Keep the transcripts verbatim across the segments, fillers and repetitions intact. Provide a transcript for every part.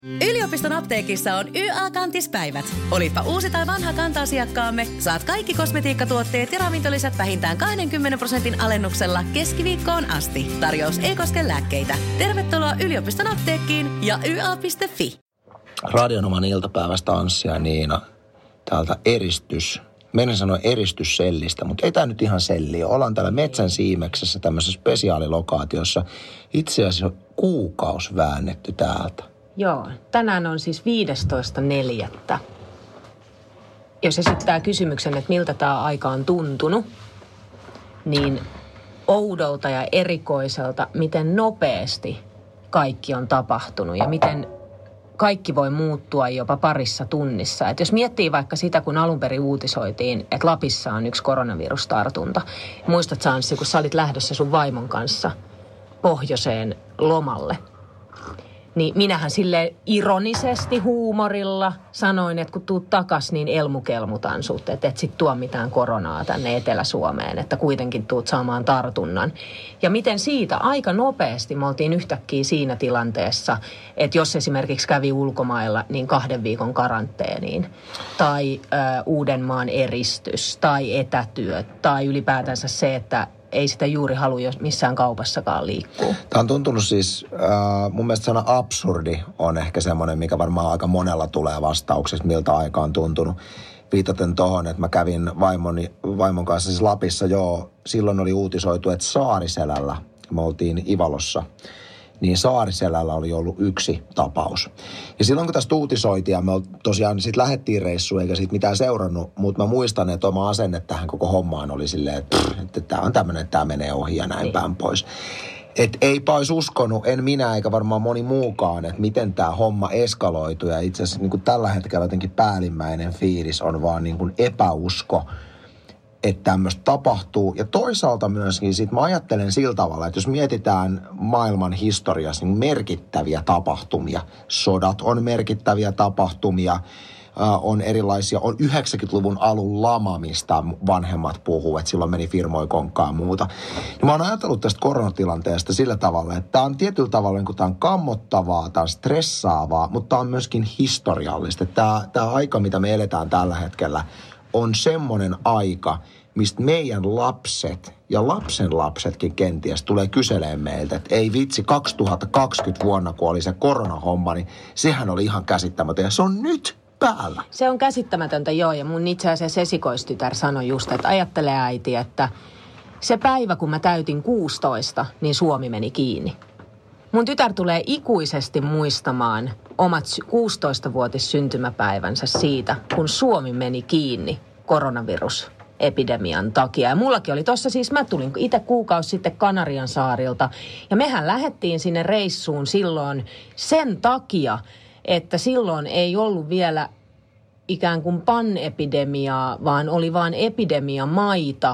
Yliopiston apteekissa on Y A-kantispäivät. Olipa uusi tai vanha kanta-asiakkaamme, saat kaikki kosmetiikkatuotteet ja ravintolisät vähintään kaksikymmentä prosentin alennuksella keskiviikkoon asti. Tarjous ei koske lääkkeitä. Tervetuloa yliopiston apteekkiin ja y a piste f i. Radionoman iltapäivästä Anssi ja Niina. Täältä eristys. Meidän sanoa eristyssellistä, mutta ei tämä nyt ihan selli ole. Ollaan täällä Metsän Siimeksessä tämmöisessä spesiaalilokaatiossa. Itse asiassa kuukausi väännetty täältä. Joo, tänään on siis viidestoista neljättä. Jos esittää kysymyksen, että miltä tämä aika on tuntunut, niin oudolta ja erikoiselta, miten nopeasti kaikki on tapahtunut ja miten kaikki voi muuttua jopa parissa tunnissa. Et jos miettii vaikka sitä, kun alun perin uutisoitiin, että Lapissa on yksi koronavirustartunta. Muistat, Anssi, kun sä olit lähdössä sun vaimon kanssa pohjoiseen lomalle. Niin minähän silleen ironisesti, huumorilla sanoin, että kun tuut takas, niin elmukelmutan sut. Että et sit tuo mitään koronaa tänne Etelä-Suomeen, että kuitenkin tuut saamaan tartunnan. Ja miten siitä aika nopeasti me oltiin yhtäkkiä siinä tilanteessa, että jos esimerkiksi kävi ulkomailla, niin kahden viikon karanteeniin. Tai ö, Uudenmaan eristys, tai etätyöt, tai ylipäätänsä se, että ei sitä juuri halua, jos missään kaupassakaan liikkuu. Tämä on tuntunut siis, äh, mun mielestä sana absurdi on ehkä semmoinen, mikä varmaan aika monella tulee vastauksessa, miltä aika on tuntunut. Viitaten tohon, että mä kävin vaimoni, vaimon kanssa siis Lapissa, joo, silloin oli uutisoitu, että Saariselällä, me oltiin Ivalossa, niin Saariselällä oli ollut yksi tapaus. Ja silloin kun tästä uutisoitiin, ja me tosiaan sitten lähdettiin reissuun, eikä siitä mitään seurannut, mutta mä muistan, että oma asenne tähän koko hommaan oli silleen, että, että tämä on tämmöinen, että tämä menee ohi ja näin päin pois. Että eipä olisi uskonut, en minä eikä varmaan moni muukaan, että miten tämä homma eskaloituu. Ja itse asiassa niin kuin tällä hetkellä jotenkin päällimmäinen fiilis on vaan niin kuin epäusko, että tämmöistä tapahtuu. Ja toisaalta myöskin sit mä ajattelen sillä tavalla, että jos mietitään maailman historiassa niin merkittäviä tapahtumia, sodat on merkittäviä tapahtumia, on erilaisia, on yhdeksänkymmentäluvun alun lama, mistä vanhemmat puhuu, että silloin meni firmoja konkkaan ja muuta. Ja mä oon ajatellut tästä koronatilanteesta sillä tavalla, että tää on tietyllä tavalla, niin kuin tää on kammottavaa, tää on stressaavaa, mutta tää on myöskin historiallista. Tää, tää aika, mitä me eletään tällä hetkellä, on semmoinen aika, mistä meidän lapset ja lapsen lapsetkin kenties tulee kyselemään meiltä, että ei vitsi, kaksituhattakaksikymmentä vuonna, kun oli se koronahomma, niin sehän oli ihan käsittämätöntä. Ja se on nyt päällä. Se on käsittämätöntä, joo. Ja mun itse asiassa esikoistytär sanoi just, että ajattele äiti, että se päivä, kun mä täytin kuusitoista, niin Suomi meni kiinni. Mun tytär tulee ikuisesti muistamaan omat kuusitoistavuotis syntymäpäivänsä siitä, kun Suomi meni kiinni koronavirusepidemian takia. Ja mullakin oli tossa siis, mä tulin itse kuukausi sitten Kanarian saarilta. Ja mehän lähdettiin sinne reissuun silloin sen takia, että silloin ei ollut vielä ikään kuin panepidemiaa, vaan oli vaan epidemiamaita,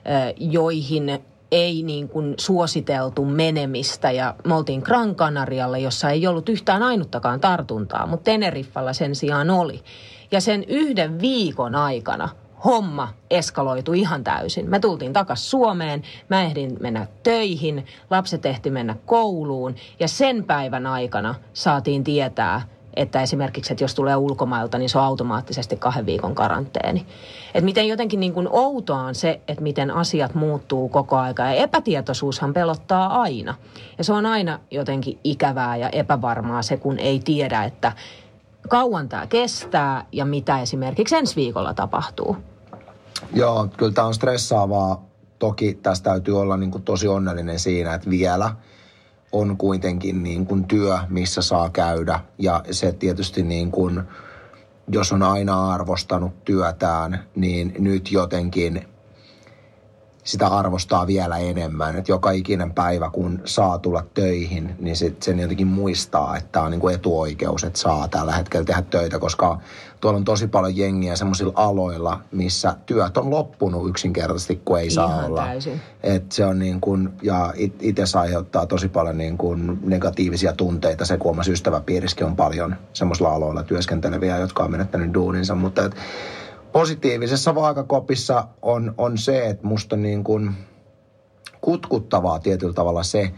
joihin ei niin kuin suositeltu menemistä. Ja me oltiin Gran Canarialla, jossa ei ollut yhtään ainuttakaan tartuntaa, mutta Teneriffalla sen sijaan oli. Ja sen yhden viikon aikana homma eskaloitui ihan täysin. Me tultiin takaisin Suomeen, mä ehdin mennä töihin, lapset ehti mennä kouluun ja sen päivän aikana saatiin tietää, että esimerkiksi, että jos tulee ulkomailta, niin se on automaattisesti kahden viikon karanteeni. Että miten jotenkin niin kuin outoa on se, että miten asiat muuttuu koko aika. Ja epätietoisuushan pelottaa aina. Ja se on aina jotenkin ikävää ja epävarmaa se, kun ei tiedä, että kauan tämä kestää ja mitä esimerkiksi ensi viikolla tapahtuu. Joo, kyllä tämä on stressaavaa. Toki tästä täytyy olla niin kuin tosi onnellinen siinä, että vielä on kuitenkin niin kuin työ, missä saa käydä. Ja se tietysti niin kuin, jos on aina arvostanut työtään, niin nyt jotenkin sitä arvostaa vielä enemmän. Että joka ikinen päivä, kun saa tulla töihin, niin sit sen jotenkin muistaa, että tämä on niin kuin etuoikeus, että saa tällä hetkellä tehdä töitä, koska tuolla on tosi paljon jengiä semmoisilla aloilla, missä työt on loppunut yksinkertaisesti, kun ei saa ihan olla. Täysin. Et se on niin kuin, ja itse se aiheuttaa tosi paljon niin kuin negatiivisia tunteita. Se, kun omassa ystäväpiirissäkin on paljon semmoisilla aloilla työskenteleviä, jotka on menettänyt duuninsa, mutta et positiivisessa vaakakopissa on, on se, että musta on niin kuin kutkuttavaa tietyllä tavalla se,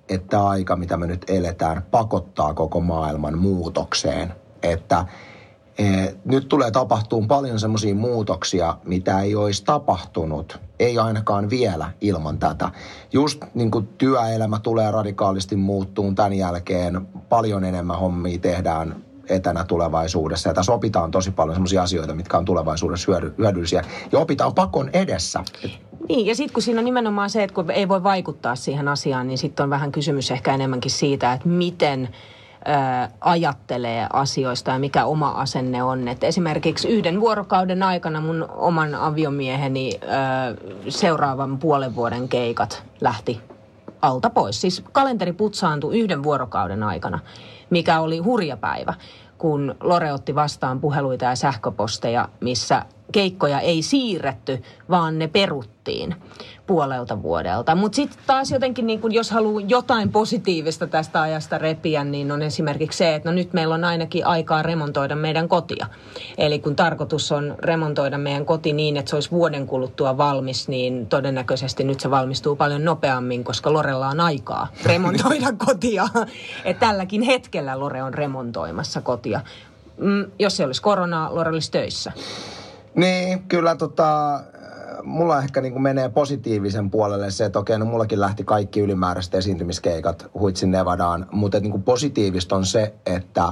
että aika, mitä me nyt eletään, pakottaa koko maailman muutokseen. Että eh, nyt tulee tapahtumaan paljon semmoisia muutoksia, mitä ei olisi tapahtunut. Ei ainakaan vielä ilman tätä. Just niin kuin työelämä tulee radikaalisti muuttuun tämän jälkeen. Paljon enemmän hommia tehdään etänä tulevaisuudessa. Ja tässä opitaan tosi paljon semmoisia asioita, mitkä on tulevaisuudessa hyödy- hyödyllisiä. Ja opitaan pakon edessä. Niin, ja sitten kun siinä on nimenomaan se, että kun ei voi vaikuttaa siihen asiaan, niin sitten on vähän kysymys ehkä enemmänkin siitä, että miten ö, ajattelee asioista ja mikä oma asenne on. Et esimerkiksi yhden vuorokauden aikana mun oman aviomieheni ö, seuraavan puolen vuoden keikat lähti alta pois. Siis kalenteri putsaantui yhden vuorokauden aikana, mikä oli hurja päivä, kun Lore otti vastaan puheluita ja sähköposteja, missä keikkoja ei siirretty, vaan ne peruttiin puolelta vuodelta. Mutta sitten taas jotenkin, niin kun jos haluaa jotain positiivista tästä ajasta repiä, niin on esimerkiksi se, että no nyt meillä on ainakin aikaa remontoida meidän kotia. Eli kun tarkoitus on remontoida meidän koti niin, että se olisi vuoden kuluttua valmis, niin todennäköisesti nyt se valmistuu paljon nopeammin, koska Lorella on aikaa remontoida kotia. Et tälläkin hetkellä Lore on remontoimassa kotia. Mm, jos se olisi koronaa, Lore olisi töissä. Niin, kyllä tota, mulla ehkä niin kuin menee positiivisen puolelle se, että okei, no mullakin lähti kaikki ylimääräiset esiintymiskeikat Huitsin Nevadaan, mutta niin kuin positiivista on se, että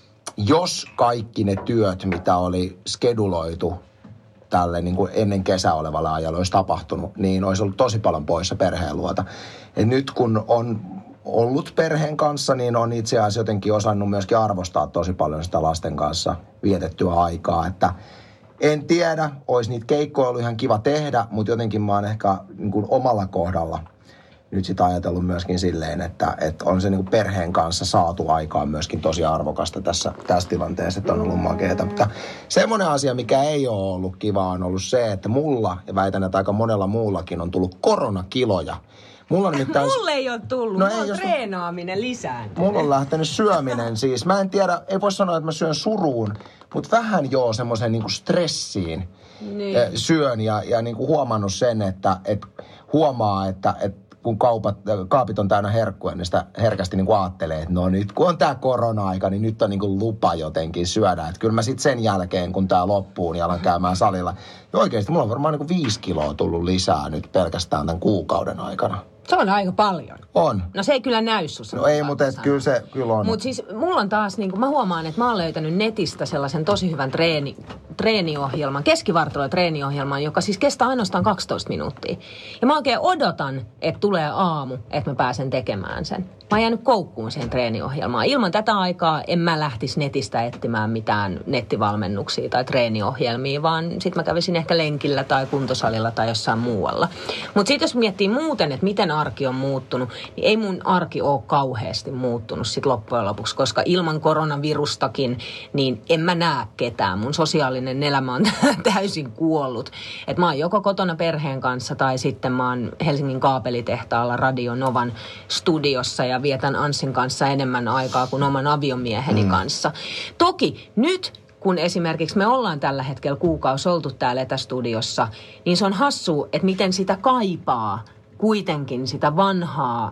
jos kaikki ne työt, mitä oli skeduloitu tälle niin kuin ennen kesää olevalle ajalle olisi tapahtunut, niin olisi ollut tosi paljon poissa perheen luota. Ja nyt kun on ollut perheen kanssa, niin on itse asiassa jotenkin osannut myöskin arvostaa tosi paljon sitä lasten kanssa vietettyä aikaa, että en tiedä, olisi niitä keikkoja ollut ihan kiva tehdä, mutta jotenkin mä oon ehkä niin kuin omalla kohdalla nyt sitä ajatellut myöskin silleen, että, että on se niin kuin perheen kanssa saatu aikaa myöskin tosi arvokasta tässä, tässä tilanteessa, että on ollut makeeta. Mutta semmoinen asia, mikä ei ole ollut kiva, on ollut se, että mulla, ja väitän, että aika monella muullakin on tullut koronakiloja. Mulla on nimittäin... Mulle ei ole tullut, no mulla ei, on treenaaminen lisääntynyt. Mulla on lähtenyt syöminen siis. Mä en tiedä, ei voi sanoa, että mä syön suruun, mutta vähän joo semmoisen niinku stressiin niin. syön ja, ja niinku huomannut sen, että et huomaa, että et kun kaupat, kaapit on täynnä herkkuja, niin sitä herkästi niinku ajattelee, että no nyt kun on tää korona-aika, niin nyt on niinku lupa jotenkin syödä. Että kyllä mä sitten sen jälkeen, kun tää loppuu, niin alan käymään salilla. Ja oikeasti mulla on varmaan niinku viisi kiloa tullut lisää nyt pelkästään tämän kuukauden aikana. Se on aika paljon. On. No se ei kyllä näy sussa. No ei, mutta kyllä se kyllä on. Mutta siis mulla on taas, niin kun mä huomaan, että mä oon löytänyt netistä sellaisen tosi hyvän treeni, treeniohjelman, keskivartalo treeniohjelman, joka siis kestää ainoastaan kaksitoista minuuttia. Ja mä oikein odotan, että tulee aamu, että mä pääsen tekemään sen. Mä oon jäänyt koukkuun siihen treeniohjelmaan. Ilman tätä aikaa en mä lähtisi netistä etsimään mitään nettivalmennuksia tai treeniohjelmia, vaan sit mä kävisin ehkä lenkillä tai kuntosalilla tai jossain muualla. Mutta sit jos miettii muuten, että miten arki on muuttunut, niin ei mun arki ole kauheasti muuttunut sit loppujen lopuksi, koska ilman koronavirustakin, niin en mä näe ketään. Mun sosiaalinen elämä on täysin kuollut. Et mä oon joko kotona perheen kanssa tai sitten mä oon Helsingin kaapelitehtaalla Radio Novan studiossa ja vietän Anssin kanssa enemmän aikaa kuin oman aviomieheni mm. kanssa. Toki nyt, kun esimerkiksi me ollaan tällä hetkellä kuukausi oltu täällä etästudiossa, niin se on hassua, että miten sitä kaipaa kuitenkin sitä vanhaa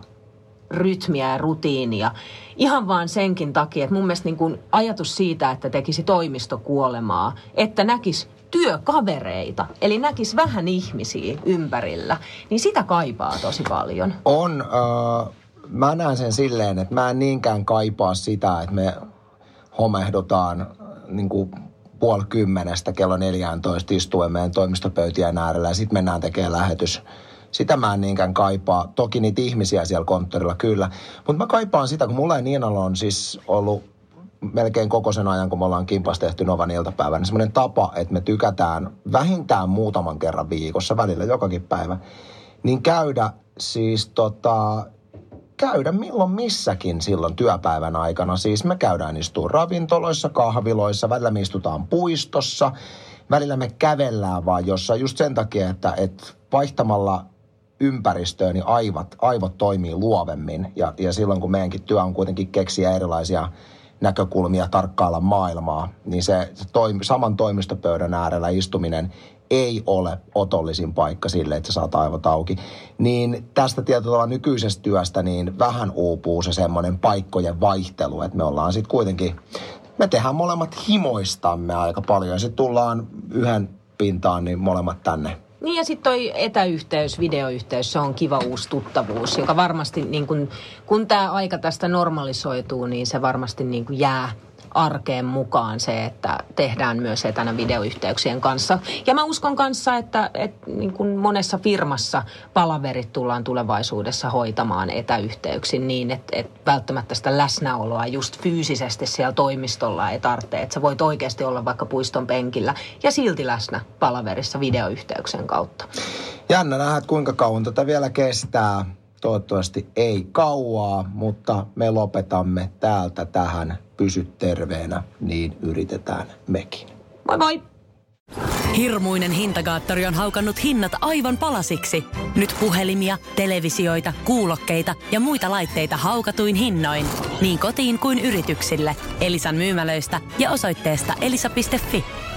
rytmiä ja rutiinia. Ihan vaan senkin takia, että mun mielestä niin kuin ajatus siitä, että tekisi toimistokuolemaa, että näkisi työkavereita, eli näkisi vähän ihmisiä ympärillä, niin sitä kaipaa tosi paljon. On, äh, mä näen sen silleen, että mä en niinkään kaipaa sitä, että me homehdutaan niin kuin puoli kymmenestä kello neljätoista istuen meidän toimistopöytien äärellä ja sitten mennään tekemään lähetys. Sitä mä en niinkään kaipaa. Toki niitä ihmisiä siellä konttorilla kyllä. Mutta mä kaipaan sitä, kun mulla ja Niinalla on siis ollut melkein koko sen ajan, kun me ollaan kimpas tehty Novan iltapäivän, niin semmoinen tapa, että me tykätään vähintään muutaman kerran viikossa, välillä jokakin päivä, niin käydä siis tota, käydä milloin missäkin silloin työpäivän aikana. Siis me käydään istua ravintoloissa, kahviloissa, välillä me istutaan puistossa, välillä me kävellään vaan jossain just sen takia, että, että vaihtamalla ympäristöön, niin aivot, aivot toimii luovemmin. Ja, ja silloin, kun meidänkin työ on kuitenkin keksiä erilaisia näkökulmia, tarkkailla maailmaa, niin se, se toimi, saman toimistopöydän äärellä istuminen ei ole otollisin paikka sille, että sä saat aivot auki. Niin tästä tietyllä nykyisestä työstä niin vähän uupuu se semmoinen paikkojen vaihtelu, että me ollaan sitten kuitenkin, me tehdään molemmat himoistamme aika paljon ja sitten tullaan yhden pintaan, niin molemmat tänne. Niin ja sitten toi etäyhteys, videoyhteys, se on kiva uusi tuttavuus, joka varmasti niin kun, kun tämä aika tästä normalisoituu, niin se varmasti niin kun jää arkeen mukaan se, että tehdään myös etänä videoyhteyksien kanssa. Ja mä uskon kanssa, että, että niin kuin monessa firmassa palaverit tullaan tulevaisuudessa hoitamaan etäyhteyksin niin, että, että välttämättä sitä läsnäoloa just fyysisesti siellä toimistolla ei tarvitse. Että sä voit oikeasti olla vaikka puiston penkillä ja silti läsnä palaverissa videoyhteyksen kautta. Jännä nähdä, kuinka kauan tätä vielä kestää. Toivottavasti ei kauaa, mutta me lopetamme täältä tähän. Pysy terveenä, niin yritetään mekin. Moi moi! Hirmuinen hintakaattori on haukannut hinnat aivan palasiksi. Nyt puhelimia, televisioita, kuulokkeita ja muita laitteita haukatuin hinnoin. Niin kotiin kuin yrityksille. Elisan myymälöistä ja osoitteesta elisa piste fi.